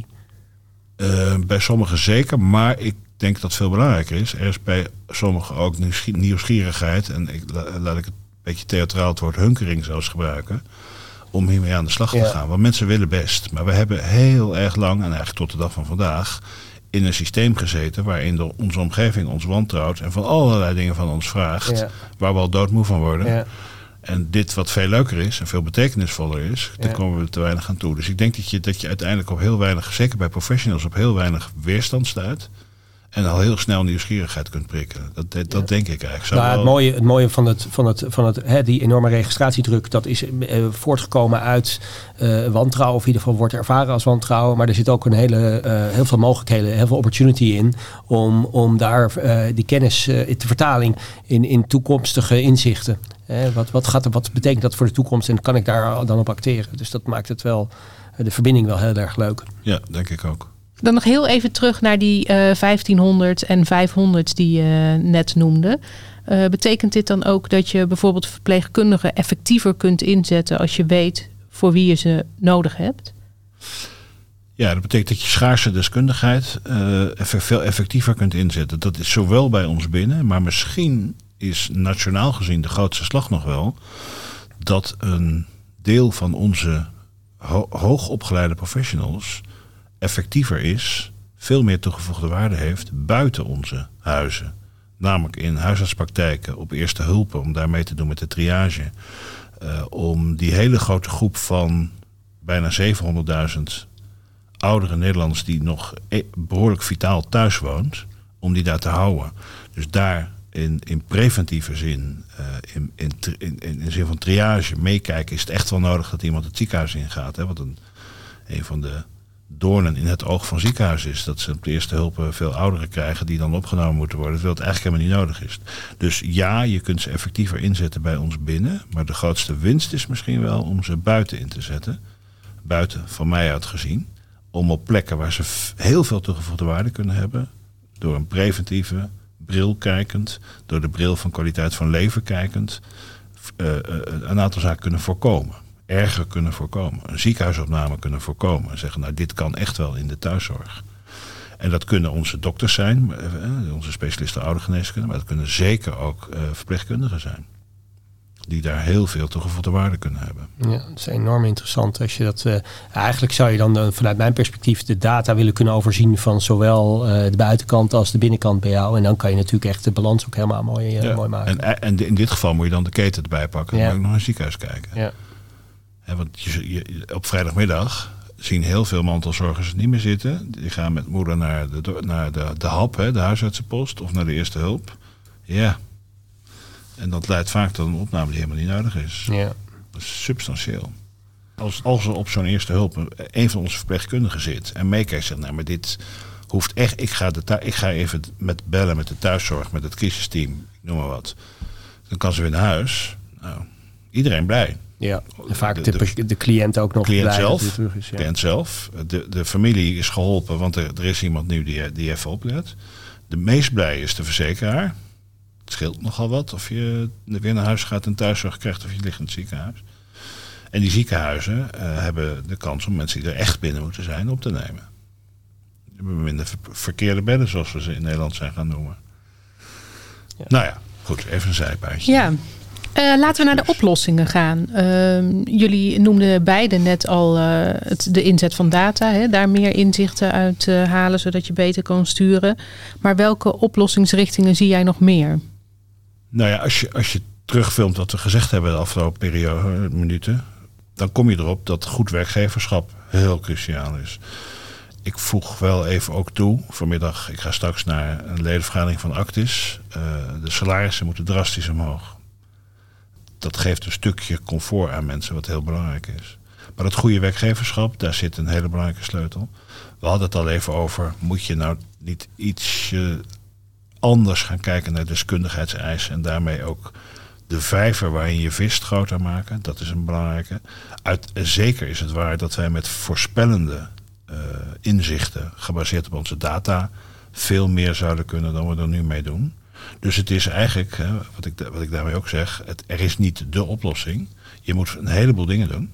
Bij sommigen zeker, maar ik denk dat het veel belangrijker is. Er is bij sommigen ook nieuwsgierigheid, en laat ik het een beetje theatraal het woord hunkering zelfs gebruiken, om hiermee aan de slag te gaan. Want mensen willen best, maar we hebben heel erg lang, en eigenlijk tot de dag van vandaag, in een systeem gezeten waarin onze omgeving ons wantrouwt en van allerlei dingen van ons vraagt, waar we al doodmoe van worden. Ja. En dit wat veel leuker is en veel betekenisvoller is, daar komen we te weinig aan toe. Dus ik denk dat je uiteindelijk op heel weinig, zeker bij professionals, op heel weinig weerstand stuit. En al heel snel nieuwsgierigheid kunt prikkelen. Dat denk ik eigenlijk. Het mooie van die enorme registratiedruk, dat is voortgekomen uit wantrouwen, of in ieder geval wordt ervaren als wantrouwen. Maar er zit ook heel veel mogelijkheden, heel veel opportunity in om daar die kennis te vertalen in toekomstige inzichten. Wat betekent dat voor de toekomst en kan ik daar dan op acteren? Dus dat maakt het wel, de verbinding wel heel erg leuk. Ja, denk ik ook. Dan nog heel even terug naar die 1500 en 500 die je net noemde. Betekent dit dan ook dat je bijvoorbeeld verpleegkundigen effectiever kunt inzetten als je weet voor wie je ze nodig hebt? Ja, dat betekent dat je schaarse deskundigheid veel effectiever kunt inzetten. Dat is zowel bij ons binnen, maar misschien is nationaal gezien de grootste slag nog wel dat een deel van onze hoogopgeleide professionals effectiever is, veel meer toegevoegde waarde heeft buiten onze huizen. Namelijk in huisartspraktijken, op eerste hulpen, om daarmee te doen met de triage. Om die hele grote groep van bijna 700.000 oudere Nederlanders die nog behoorlijk vitaal thuis woont, om die daar te houden. Dus daar in preventieve zin, in zin van triage, meekijken, is het echt wel nodig dat iemand het ziekenhuis ingaat. Hè? Want een van de doornen in het oog van ziekenhuizen is dat ze op de eerste hulp veel ouderen krijgen die dan opgenomen moeten worden, terwijl het eigenlijk helemaal niet nodig is. Dus ja, je kunt ze effectiever inzetten bij ons binnen, maar de grootste winst is misschien wel om ze buiten in te zetten. Buiten, van mij uit gezien. Om op plekken waar ze heel veel toegevoegde waarde kunnen hebben, door een preventieve bril kijkend, door de bril van kwaliteit van leven kijkend, een aantal zaken kunnen voorkomen. Erger kunnen voorkomen. Een ziekenhuisopname kunnen voorkomen. En zeggen, nou, dit kan echt wel in de thuiszorg. En dat kunnen onze dokters zijn, onze specialisten oudergeneeskunde, maar dat kunnen zeker ook verpleegkundigen zijn. Die daar heel veel toegevoegde waarde kunnen hebben. Ja, dat is enorm interessant. Als je dat, eigenlijk zou je dan vanuit mijn perspectief de data willen kunnen overzien van zowel de buitenkant als de binnenkant bij jou. En dan kan je natuurlijk echt de balans ook helemaal mooi maken. En in dit geval moet je dan de keten erbij pakken. En dan moet je nog naar het ziekenhuis kijken. Ja. Want op vrijdagmiddag zien heel veel mantelzorgers het niet meer zitten. Die gaan met moeder naar de HAP, de huisartsenpost, of naar de eerste hulp. Ja. En dat leidt vaak tot een opname die helemaal niet nodig is. Ja. Dat is substantieel. Als er op zo'n eerste hulp een van onze verpleegkundigen zit en meekijkt, zegt, nou, maar dit hoeft echt. Ik ga even bellen met de thuiszorg, met het crisisteam, ik noem maar wat. Dan kan ze weer naar huis. Nou, iedereen blij. Ja, en vaak de cliënt ook nog cliënt blij zelf, dat hij terug is. Ja. Cliënt zelf. De familie is geholpen, want er is iemand nu die even oplet. De meest blij is de verzekeraar. Het scheelt nogal wat of je weer naar huis gaat en thuiszorg krijgt of je ligt in het ziekenhuis. En die ziekenhuizen hebben de kans om mensen die er echt binnen moeten zijn op te nemen. We hebben minder verkeerde bedden, zoals we ze in Nederland zijn gaan noemen. Ja. Nou ja, goed, even een zijpaadje. Ja. Laten we naar de oplossingen gaan. Jullie noemden beide net al de inzet van data. Hè, daar meer inzichten uit halen, zodat je beter kan sturen. Maar welke oplossingsrichtingen zie jij nog meer? Nou ja, als je terugfilmt wat we gezegd hebben de afgelopen periode, minuten, dan kom je erop dat goed werkgeverschap heel cruciaal is. Ik voeg wel even ook toe, vanmiddag, ik ga straks naar een ledenvergadering van Actis. De salarissen moeten drastisch omhoog. Dat geeft een stukje comfort aan mensen, wat heel belangrijk is. Maar dat goede werkgeverschap, daar zit een hele belangrijke sleutel. We hadden het al even over, moet je nou niet iets anders gaan kijken naar deskundigheidseisen en daarmee ook de vijver waarin je vist groter maken? Dat is een belangrijke. Zeker is het waar dat wij met voorspellende inzichten, gebaseerd op onze data, veel meer zouden kunnen dan we er nu mee doen. Dus het is eigenlijk, wat ik daarmee ook zeg, er is niet de oplossing. Je moet een heleboel dingen doen.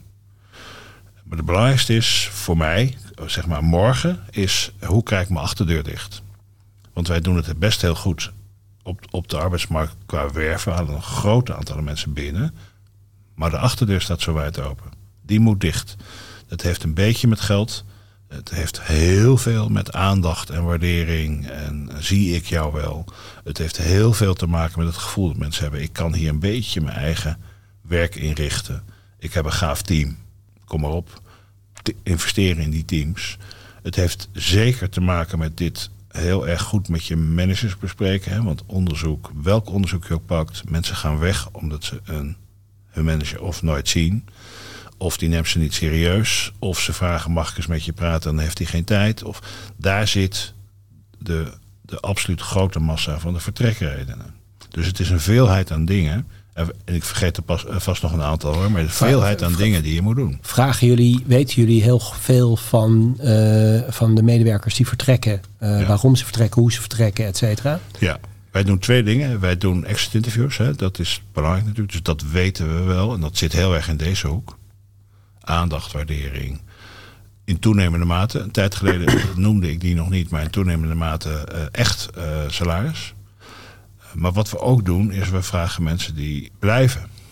Maar het belangrijkste is voor mij, zeg maar morgen, is hoe krijg ik mijn achterdeur dicht? Want wij doen het best heel goed op de arbeidsmarkt qua werven. We halen een groot aantal mensen binnen. Maar de achterdeur staat zo wijd open. Die moet dicht. Dat heeft een beetje met geld. Het heeft heel veel met aandacht en waardering en zie ik jou wel. Het heeft heel veel te maken met het gevoel dat mensen hebben. Ik kan hier een beetje mijn eigen werk inrichten. Ik heb een gaaf team. Kom maar op. Investeren in die teams. Het heeft zeker te maken met dit heel erg goed met je managers bespreken. Hè? Want onderzoek, welk onderzoek je ook pakt, mensen gaan weg omdat ze hun manager of nooit zien. Of die neemt ze niet serieus. Of ze vragen, mag ik eens met je praten? Dan heeft hij geen tijd. Of daar zit de absoluut grote massa van de vertrekredenen. Dus het is een veelheid aan dingen. En ik vergeet er vast nog een aantal hoor. Maar de veelheid aan dingen die je moet doen. Weten jullie heel veel van de medewerkers die vertrekken? Waarom ze vertrekken, hoe ze vertrekken, et cetera? Ja. Wij doen 2 dingen. Wij doen exit interviews. Hè. Dat is belangrijk natuurlijk. Dus dat weten we wel. En dat zit heel erg in deze hoek. Aandacht, waardering. In toenemende mate. Een tijd geleden noemde ik die nog niet. Maar in toenemende mate echt salaris. Maar wat we ook doen is we vragen mensen die blijven.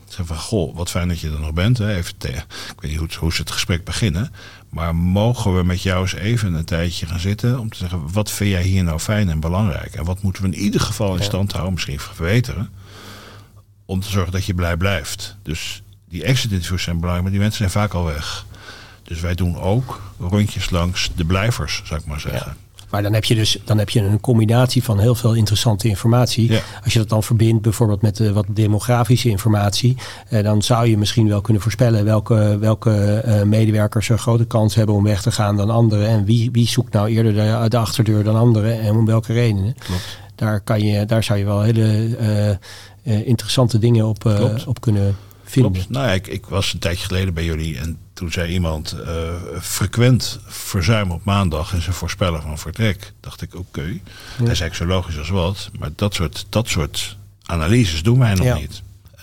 Zeg van, goh, wat fijn dat je er nog bent. Hè. Even ik weet niet hoe ze het gesprek beginnen. Maar mogen we met jou eens even een tijdje gaan zitten om te zeggen, wat vind jij hier nou fijn en belangrijk? En wat moeten we in ieder geval in stand houden, misschien verbeteren, om te zorgen dat je blij blijft. Dus die exit interviews zijn belangrijk, maar die mensen zijn vaak al weg. Dus wij doen ook rondjes langs de blijvers, zou ik maar zeggen. Ja. Maar dan heb je een combinatie van heel veel interessante informatie. Ja. Als je dat dan verbindt bijvoorbeeld met wat demografische informatie, dan zou je misschien wel kunnen voorspellen welke medewerkers een grote kans hebben om weg te gaan dan anderen. En wie zoekt nou eerder de achterdeur dan anderen en om welke redenen. Klopt. Daar zou je wel hele interessante dingen op kunnen vinden. Klopt. Nou ja, ik was een tijdje geleden bij jullie en toen zei iemand frequent verzuim op maandag en ze voorspellen van vertrek. Dacht ik, oké. Ja. Hij zei ik zo logisch als wat, maar dat soort analyses doen wij nog niet.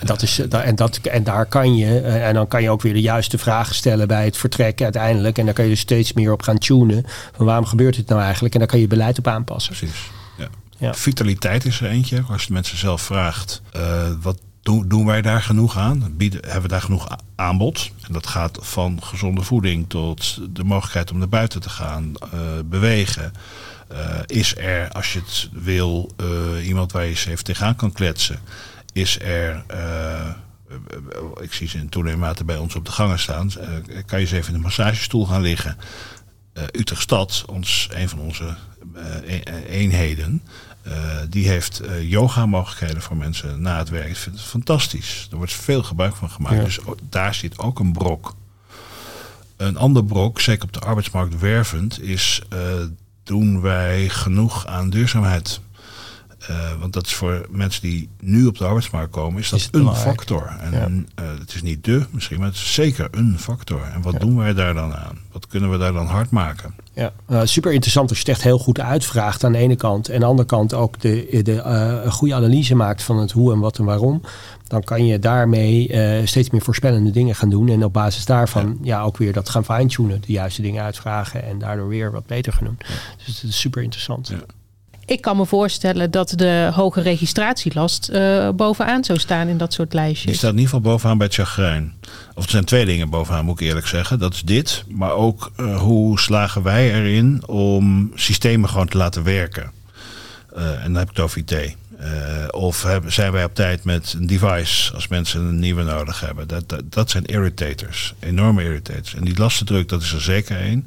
En daar kan je, en dan kan je ook weer de juiste vragen stellen bij het vertrek uiteindelijk. En dan kan je er steeds meer op gaan tunen van waarom gebeurt dit nou eigenlijk? En daar kan je beleid op aanpassen. Precies. Ja. Ja. Vitaliteit is er eentje. Als je mensen zelf vraagt, wat doen wij daar genoeg aan? Hebben we daar genoeg aanbod? En dat gaat van gezonde voeding tot de mogelijkheid om naar buiten te gaan, bewegen. Is er, als je het wil, iemand waar je eens even tegenaan kan kletsen? Is er, ik zie ze in toenemende mate bij ons op de gangen staan, kan je eens even in de massagestoel gaan liggen? Utrecht Stad, een van onze eenheden, die heeft yoga mogelijkheden voor mensen na het werk. Ik vind het fantastisch. Er wordt veel gebruik van gemaakt. Ja. Dus daar zit ook een brok. Een ander brok, zeker op de arbeidsmarkt wervend, is doen wij genoeg aan duurzaamheid? Want dat is voor mensen die nu op de arbeidsmarkt komen, is dat een factor. En het is niet misschien, maar het is zeker een factor. En wat doen wij daar dan aan? Wat kunnen we daar dan hard maken? Ja, super interessant als je het echt heel goed uitvraagt aan de ene kant. En aan de andere kant ook de goede analyse maakt van het hoe en wat en waarom. Dan kan je daarmee steeds meer voorspellende dingen gaan doen. En op basis daarvan ook weer dat gaan fine-tunen. De juiste dingen uitvragen en daardoor weer wat beter gaan doen. Ja. Dus het is super interessant. Ja. Ik kan me voorstellen dat de hoge registratielast bovenaan zou staan in dat soort lijstjes. Die staat in ieder geval bovenaan bij het chagrijn. Of er zijn 2 dingen bovenaan, moet ik eerlijk zeggen. Dat is dit, maar ook hoe slagen wij erin om systemen gewoon te laten werken. En dan heb ik het over IT. Of zijn wij op tijd met een device als mensen een nieuwe nodig hebben. Dat zijn irritators, enorme irritators. En die lastendruk, dat is er zeker één.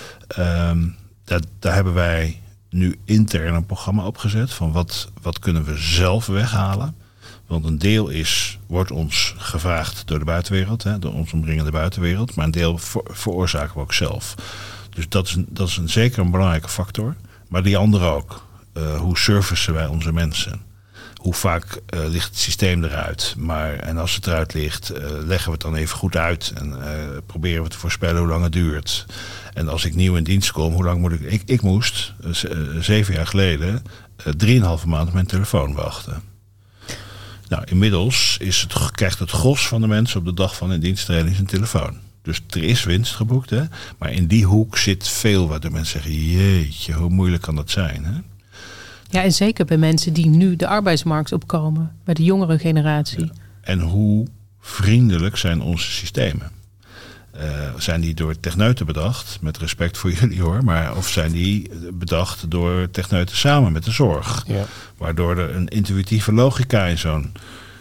Daar hebben wij nu intern een programma opgezet van wat kunnen we zelf weghalen. Want een deel wordt ons gevraagd door de buitenwereld, door ons omringende buitenwereld, maar een deel veroorzaken we ook zelf. Dus dat is zeker een belangrijke factor. Maar die andere ook. Hoe servicen wij onze mensen? Hoe vaak ligt het systeem eruit? En als het eruit ligt, leggen we het dan even goed uit en proberen we te voorspellen hoe lang het duurt. En als ik nieuw in dienst kom, hoe lang moet ik? Ik moest 7 jaar geleden 3,5 maand op mijn telefoon wachten. Nou, inmiddels krijgt het gros van de mensen op de dag van in diensttraining zijn telefoon. Dus er is winst geboekt, hè? Maar in die hoek zit veel waar de mensen zeggen, jeetje, hoe moeilijk kan dat zijn, hè? Ja, en zeker bij mensen die nu de arbeidsmarkt opkomen, bij de jongere generatie. Ja. En hoe vriendelijk zijn onze systemen? Zijn die door techneuten bedacht, met respect voor jullie hoor, of zijn die bedacht door techneuten samen met de zorg? Ja. Waardoor er een intuïtieve logica in zo'n...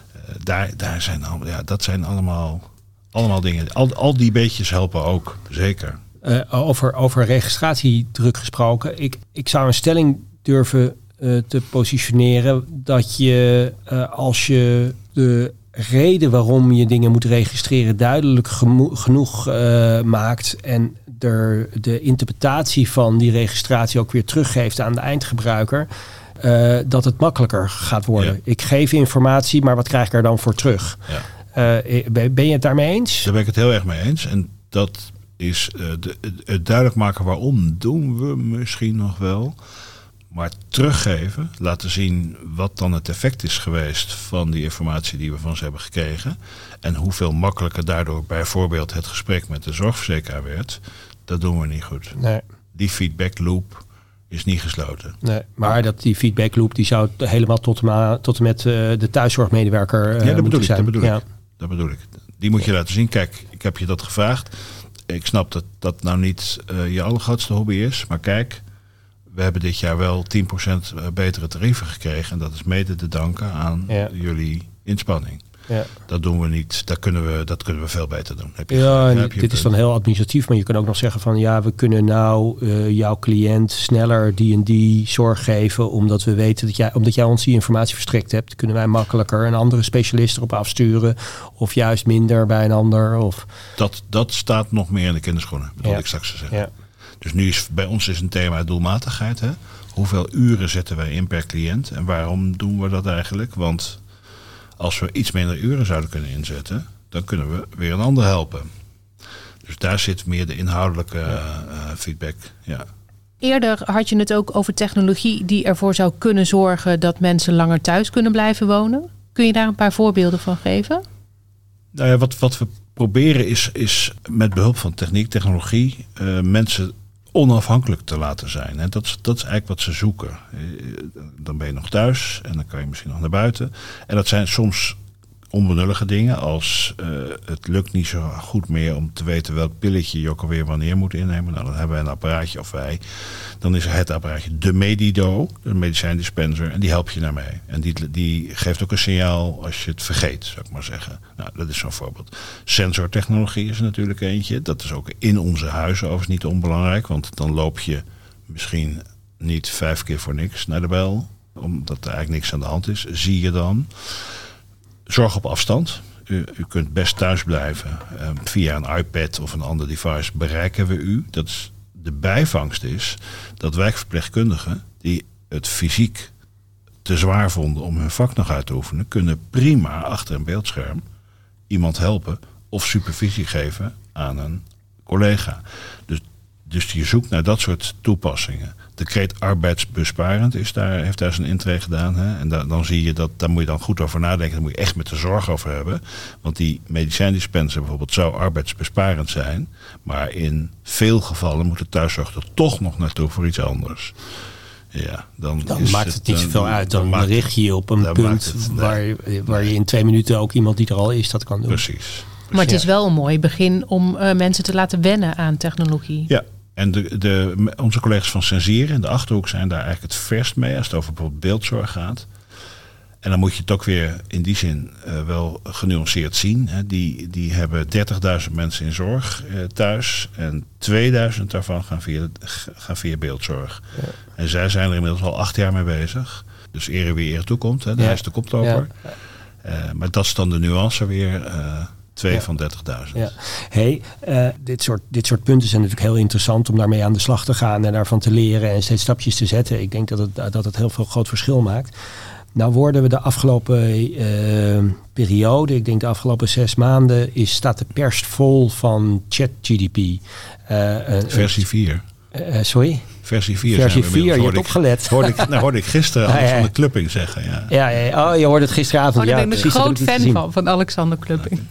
dat zijn allemaal dingen. Al die beetjes helpen ook, zeker. Over registratiedruk gesproken. Ik zou een stelling durven te positioneren dat je als je de reden waarom je dingen moet registreren duidelijk genoeg maakt en de interpretatie van die registratie ook weer teruggeeft aan de eindgebruiker, dat het makkelijker gaat worden. Ja. Ik geef informatie, maar wat krijg ik er dan voor terug? Ja. Ben je het daarmee eens? Daar ben ik het heel erg mee eens. En dat is het duidelijk maken waarom doen we misschien nog wel. Maar teruggeven, laten zien wat dan het effect is geweest van die informatie die we van ze hebben gekregen. En hoeveel makkelijker daardoor bijvoorbeeld het gesprek met de zorgverzekeraar werd. Dat doen we niet goed. Nee. Die feedback loop is niet gesloten. Nee, maar die feedback loop die zou helemaal tot en met de thuiszorgmedewerker moeten zijn. Dat bedoel ik. Dat bedoel ik. Die moet je laten zien. Kijk, ik heb je dat gevraagd. Ik snap dat dat nou niet je allergrootste hobby is. Maar kijk, we hebben dit jaar wel 10% betere tarieven gekregen. En dat is mede te danken aan jullie inspanning. Ja. Dat doen we niet. Dat kunnen we veel beter doen. Dit is dan heel administratief. Maar je kan ook nog zeggen van we kunnen nou jouw cliënt sneller die en die zorg geven. Omdat we weten omdat jij ons die informatie verstrekt hebt. Kunnen wij makkelijker een andere specialist erop afsturen. Of juist minder bij een ander. Of... Dat staat nog meer in de kinderschoenen. Dat wil ik straks zeggen. Ja. Dus nu is bij ons een thema doelmatigheid. Hè? Hoeveel uren zetten wij in per cliënt? En waarom doen we dat eigenlijk? Want als we iets minder uren zouden kunnen inzetten, dan kunnen we weer een ander helpen. Dus daar zit meer de inhoudelijke feedback. Ja. Eerder had je het ook over technologie die ervoor zou kunnen zorgen dat mensen langer thuis kunnen blijven wonen. Kun je daar een paar voorbeelden van geven? Nou ja, wat we proberen is met behulp van technologie, mensen onafhankelijk te laten zijn. En dat is eigenlijk wat ze zoeken. Dan ben je nog thuis en dan kan je misschien nog naar buiten. En dat zijn soms onbenullige dingen als het lukt niet zo goed meer om te weten welk pilletje je ook alweer wanneer moet innemen. Nou, dan hebben wij een apparaatje of wij. Dan is er het apparaatje de Medido, de medicijndispenser, en die helpt je daarmee. En die geeft ook een signaal als je het vergeet, zou ik maar zeggen. Nou, dat is zo'n voorbeeld. Sensortechnologie is er natuurlijk eentje. Dat is ook in onze huizen overigens niet onbelangrijk, want dan loop je misschien niet 5 keer voor niks naar de bel, omdat er eigenlijk niks aan de hand is. Zie je dan. Zorg op afstand. U kunt best thuis blijven. Via een iPad of een ander device bereiken we u. De bijvangst is dat wijkverpleegkundigen die het fysiek te zwaar vonden om hun vak nog uit te oefenen, kunnen prima achter een beeldscherm iemand helpen of supervisie geven aan een collega. Dus je zoekt naar dat soort toepassingen. De kreet arbeidsbesparend heeft daar zijn intree gedaan. Hè? En dan zie je dat, daar moet je dan goed over nadenken. Daar moet je echt met de zorg over hebben. Want die medicijndispenser bijvoorbeeld zou arbeidsbesparend zijn. Maar in veel gevallen moet de thuiszorg er toch nog naartoe voor iets anders. Ja, dan maakt het niet zoveel uit. Dan richt je je op een punt waar je in 2 minuten ook iemand die er al is dat kan doen. Precies. Maar het is wel een mooi begin om mensen te laten wennen aan technologie. Ja. En onze collega's van Sensieren in de Achterhoek zijn daar eigenlijk het verst mee als het over bijvoorbeeld beeldzorg gaat. En dan moet je het ook weer in die zin wel genuanceerd zien. Hè. Die hebben 30.000 mensen in zorg thuis en 2.000 daarvan gaan via beeldzorg. Ja. En zij zijn er inmiddels al 8 jaar mee bezig. Dus ere wie eer toekomt, hè. Hij is de koploper. Ja. Maar dat is dan de nuance weer. 2 van 30.000. Ja. Hey, dit soort punten zijn natuurlijk heel interessant om daarmee aan de slag te gaan en daarvan te leren en steeds stapjes te zetten. Ik denk dat het heel veel groot verschil maakt. Nou worden we de afgelopen periode, ik denk de afgelopen 6 maanden, staat de pers vol van ChatGPT. Versie 4. Sorry? Versie 4. Versie 4, je hebt opgelet. Hoorde ik gisteren van de Klupping zeggen. Ja. Oh, je hoorde het gisteravond. Daar ben ik een groot fan van Alexander Klupping.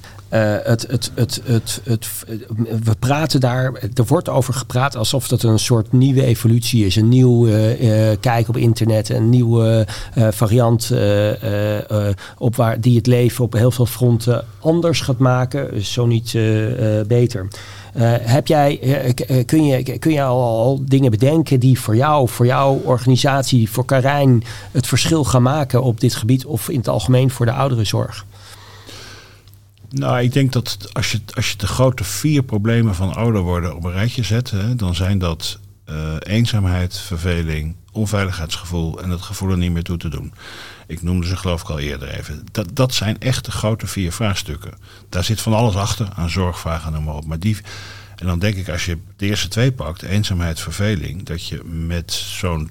We praten daar, er wordt over gepraat alsof dat een soort nieuwe evolutie is. Een nieuw kijk op internet, een nieuwe variant die het leven op heel veel fronten anders gaat maken. Zo niet beter. Kun je al dingen bedenken die voor jouw organisatie, voor Carijn, het verschil gaan maken op dit gebied of in het algemeen voor de ouderenzorg? Nou, ik denk dat als je de grote 4 problemen van ouder worden op een rijtje zet, hè, dan zijn dat eenzaamheid, verveling, onveiligheidsgevoel en het gevoel er niet meer toe te doen. Ik noemde ze geloof ik al eerder even. Dat zijn echt de grote 4 vraagstukken. Daar zit van alles achter aan zorgvragen en maar op. En dan denk ik als je de eerste 2 pakt, eenzaamheid, verveling, dat je met zo'n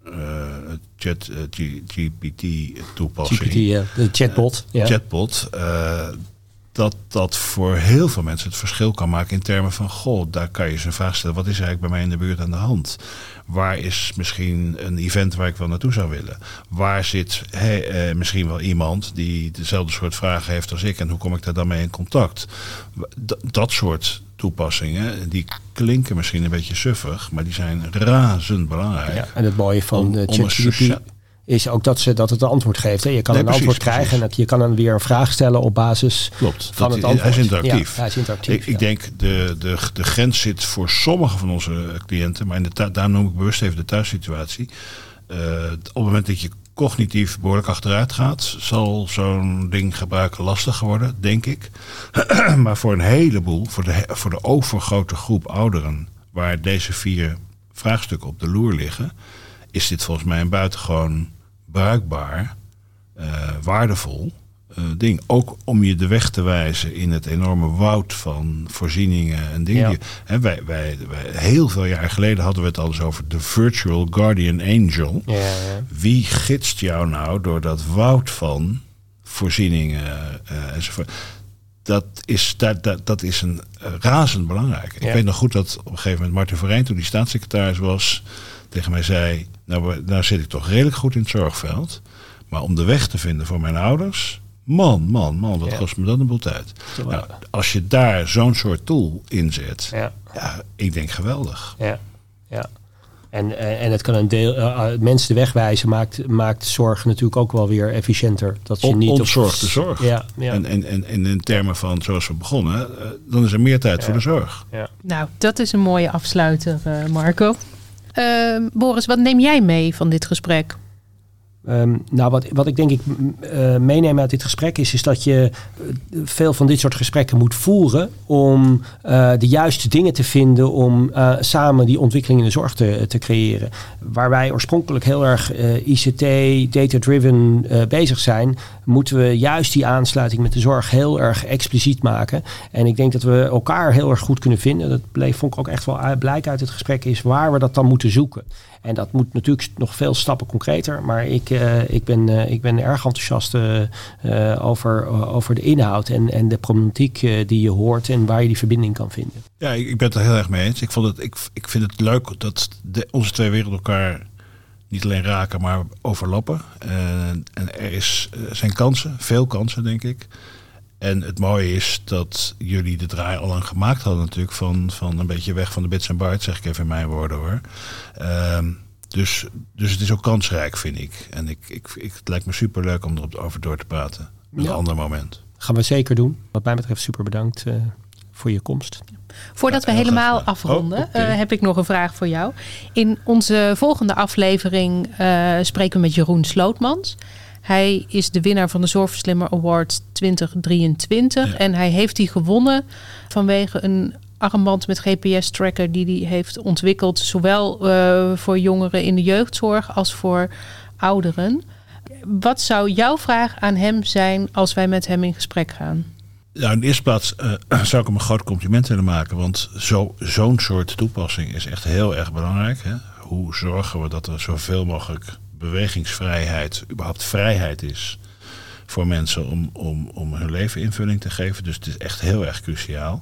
GPT toepassing. De chatbot. Chatbot. Dat voor heel veel mensen het verschil kan maken in termen van, daar kan je eens een vraag stellen. Wat is eigenlijk bij mij in de buurt aan de hand? Waar is misschien een event waar ik wel naartoe zou willen? Waar zit misschien wel iemand die dezelfde soort vragen heeft als ik en hoe kom ik daar dan mee in contact? Dat soort toepassingen, die klinken misschien een beetje suffig, maar die zijn razend belangrijk. Ja, en het mooie van ChatGPT. is ook dat het een antwoord geeft. Hè? Je kan een antwoord krijgen en je kan dan weer een vraag stellen op basis van het antwoord. Hij is interactief. Ja, hij is interactief. Ik denk de grens zit voor sommige van onze cliënten, maar daarom noem ik bewust even de thuissituatie. Op het moment dat je cognitief behoorlijk achteruit gaat, zal zo'n ding gebruiken lastig worden, denk ik. Maar voor een heleboel, voor de overgrote groep ouderen, waar deze 4 vraagstukken op de loer liggen, is dit volgens mij een buitengewoon bruikbaar, waardevol ding. Ook om je de weg te wijzen in het enorme woud van voorzieningen en dingen. Ja. Wij heel veel jaar geleden hadden we het al eens over de Virtual Guardian Angel. Ja, ja. Wie gidst jou nou door dat woud van voorzieningen enzovoort? Dat is een razend belangrijk. Ik weet nog goed dat op een gegeven moment Martin Vereen, toen hij staatssecretaris was, tegen mij zei, nou zit ik toch redelijk goed in het zorgveld. Maar om de weg te vinden voor mijn ouders, man, wat kost me dat een boel tijd. Nou, als je daar zo'n soort tool inzet, ik denk geweldig. Ja. En het kan een deel, mensen de weg wijzen maakt zorg natuurlijk ook wel weer efficiënter. Dat je niet ontzorgde zorg. Ja. En in termen van, zoals we begonnen, dan is er meer tijd voor de zorg. Ja. Nou, dat is een mooie afsluiter, Marco. Boris, wat neem jij mee van dit gesprek? Wat ik denk ik meeneem uit dit gesprek is dat je veel van dit soort gesprekken moet voeren om de juiste dingen te vinden om samen die ontwikkeling in de zorg te creëren. Waar wij oorspronkelijk heel erg ICT, data-driven bezig zijn, moeten we juist die aansluiting met de zorg heel erg expliciet maken. En ik denk dat we elkaar heel erg goed kunnen vinden. Dat vond ik ook echt wel blijken uit het gesprek, is waar we dat dan moeten zoeken. En dat moet natuurlijk nog veel stappen concreter. Maar ik ben erg enthousiast over de inhoud en de problematiek die je hoort en waar je die verbinding kan vinden. Ja, ik ben het er heel erg mee eens. Ik vind het leuk dat onze 2 werelden elkaar niet alleen raken, maar overlappen. En zijn kansen, veel kansen denk ik. En het mooie is dat jullie de draai al lang gemaakt hadden natuurlijk van een beetje weg van de bits en bytes, zeg ik even in mijn woorden hoor. Dus het is ook kansrijk, vind ik. En het lijkt me superleuk om erover door te praten. Op een ander moment. Gaan we zeker doen. Wat mij betreft super bedankt voor je komst. Voordat we helemaal afronden, heb ik nog een vraag voor jou. In onze volgende aflevering spreken we met Jeroen Slootmans. Hij is de winnaar van de Zorgverslimmer Award 2023. En hij heeft die gewonnen vanwege een armband met GPS-tracker die hij heeft ontwikkeld. Zowel voor jongeren in de jeugdzorg als voor ouderen. Wat zou jouw vraag aan hem zijn als wij met hem in gesprek gaan? Nou, in de eerste plaats zou ik hem een groot compliment willen maken. Want zo'n soort toepassing is echt heel erg belangrijk. Hè? Hoe zorgen we dat er zoveel mogelijk bewegingsvrijheid, überhaupt vrijheid is voor mensen om hun leven invulling te geven. Dus het is echt heel erg cruciaal.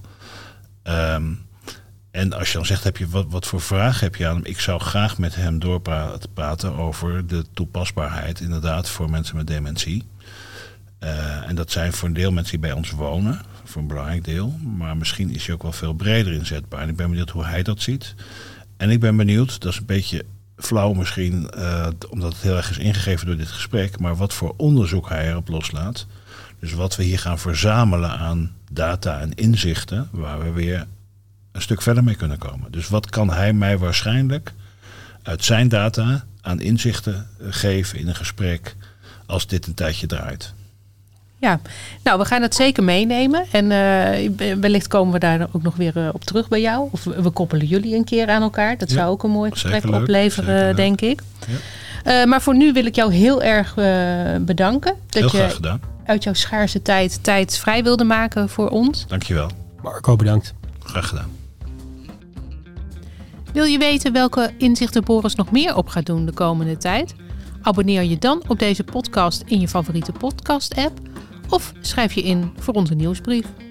En als je dan zegt, heb je wat voor vraag heb je aan hem? Ik zou graag met hem doorpraten over de toepasbaarheid inderdaad voor mensen met dementie. En dat zijn voor een deel mensen die bij ons wonen, voor een belangrijk deel. Maar misschien is hij ook wel veel breder inzetbaar. En ik ben benieuwd hoe hij dat ziet. En ik ben benieuwd, dat is een beetje flauw misschien, omdat het heel erg is ingegeven door dit gesprek, maar wat voor onderzoek hij erop loslaat. Dus wat we hier gaan verzamelen aan data en inzichten, waar we weer een stuk verder mee kunnen komen. Dus wat kan hij mij waarschijnlijk uit zijn data aan inzichten geven in een gesprek als dit een tijdje draait? Ja, nou, we gaan het zeker meenemen. En wellicht komen we daar ook nog weer op terug bij jou. Of we koppelen jullie een keer aan elkaar. Dat zou ook een mooi gesprek opleveren, denk ik. Ja. Maar voor nu wil ik jou heel erg bedanken. Dat je uit jouw schaarse tijd vrij wilde maken voor ons. Dankjewel. Marco, bedankt. Graag gedaan. Wil je weten welke inzichten Boris nog meer op gaat doen de komende tijd? Abonneer je dan op deze podcast in je favoriete podcast-app of schrijf je in voor onze nieuwsbrief.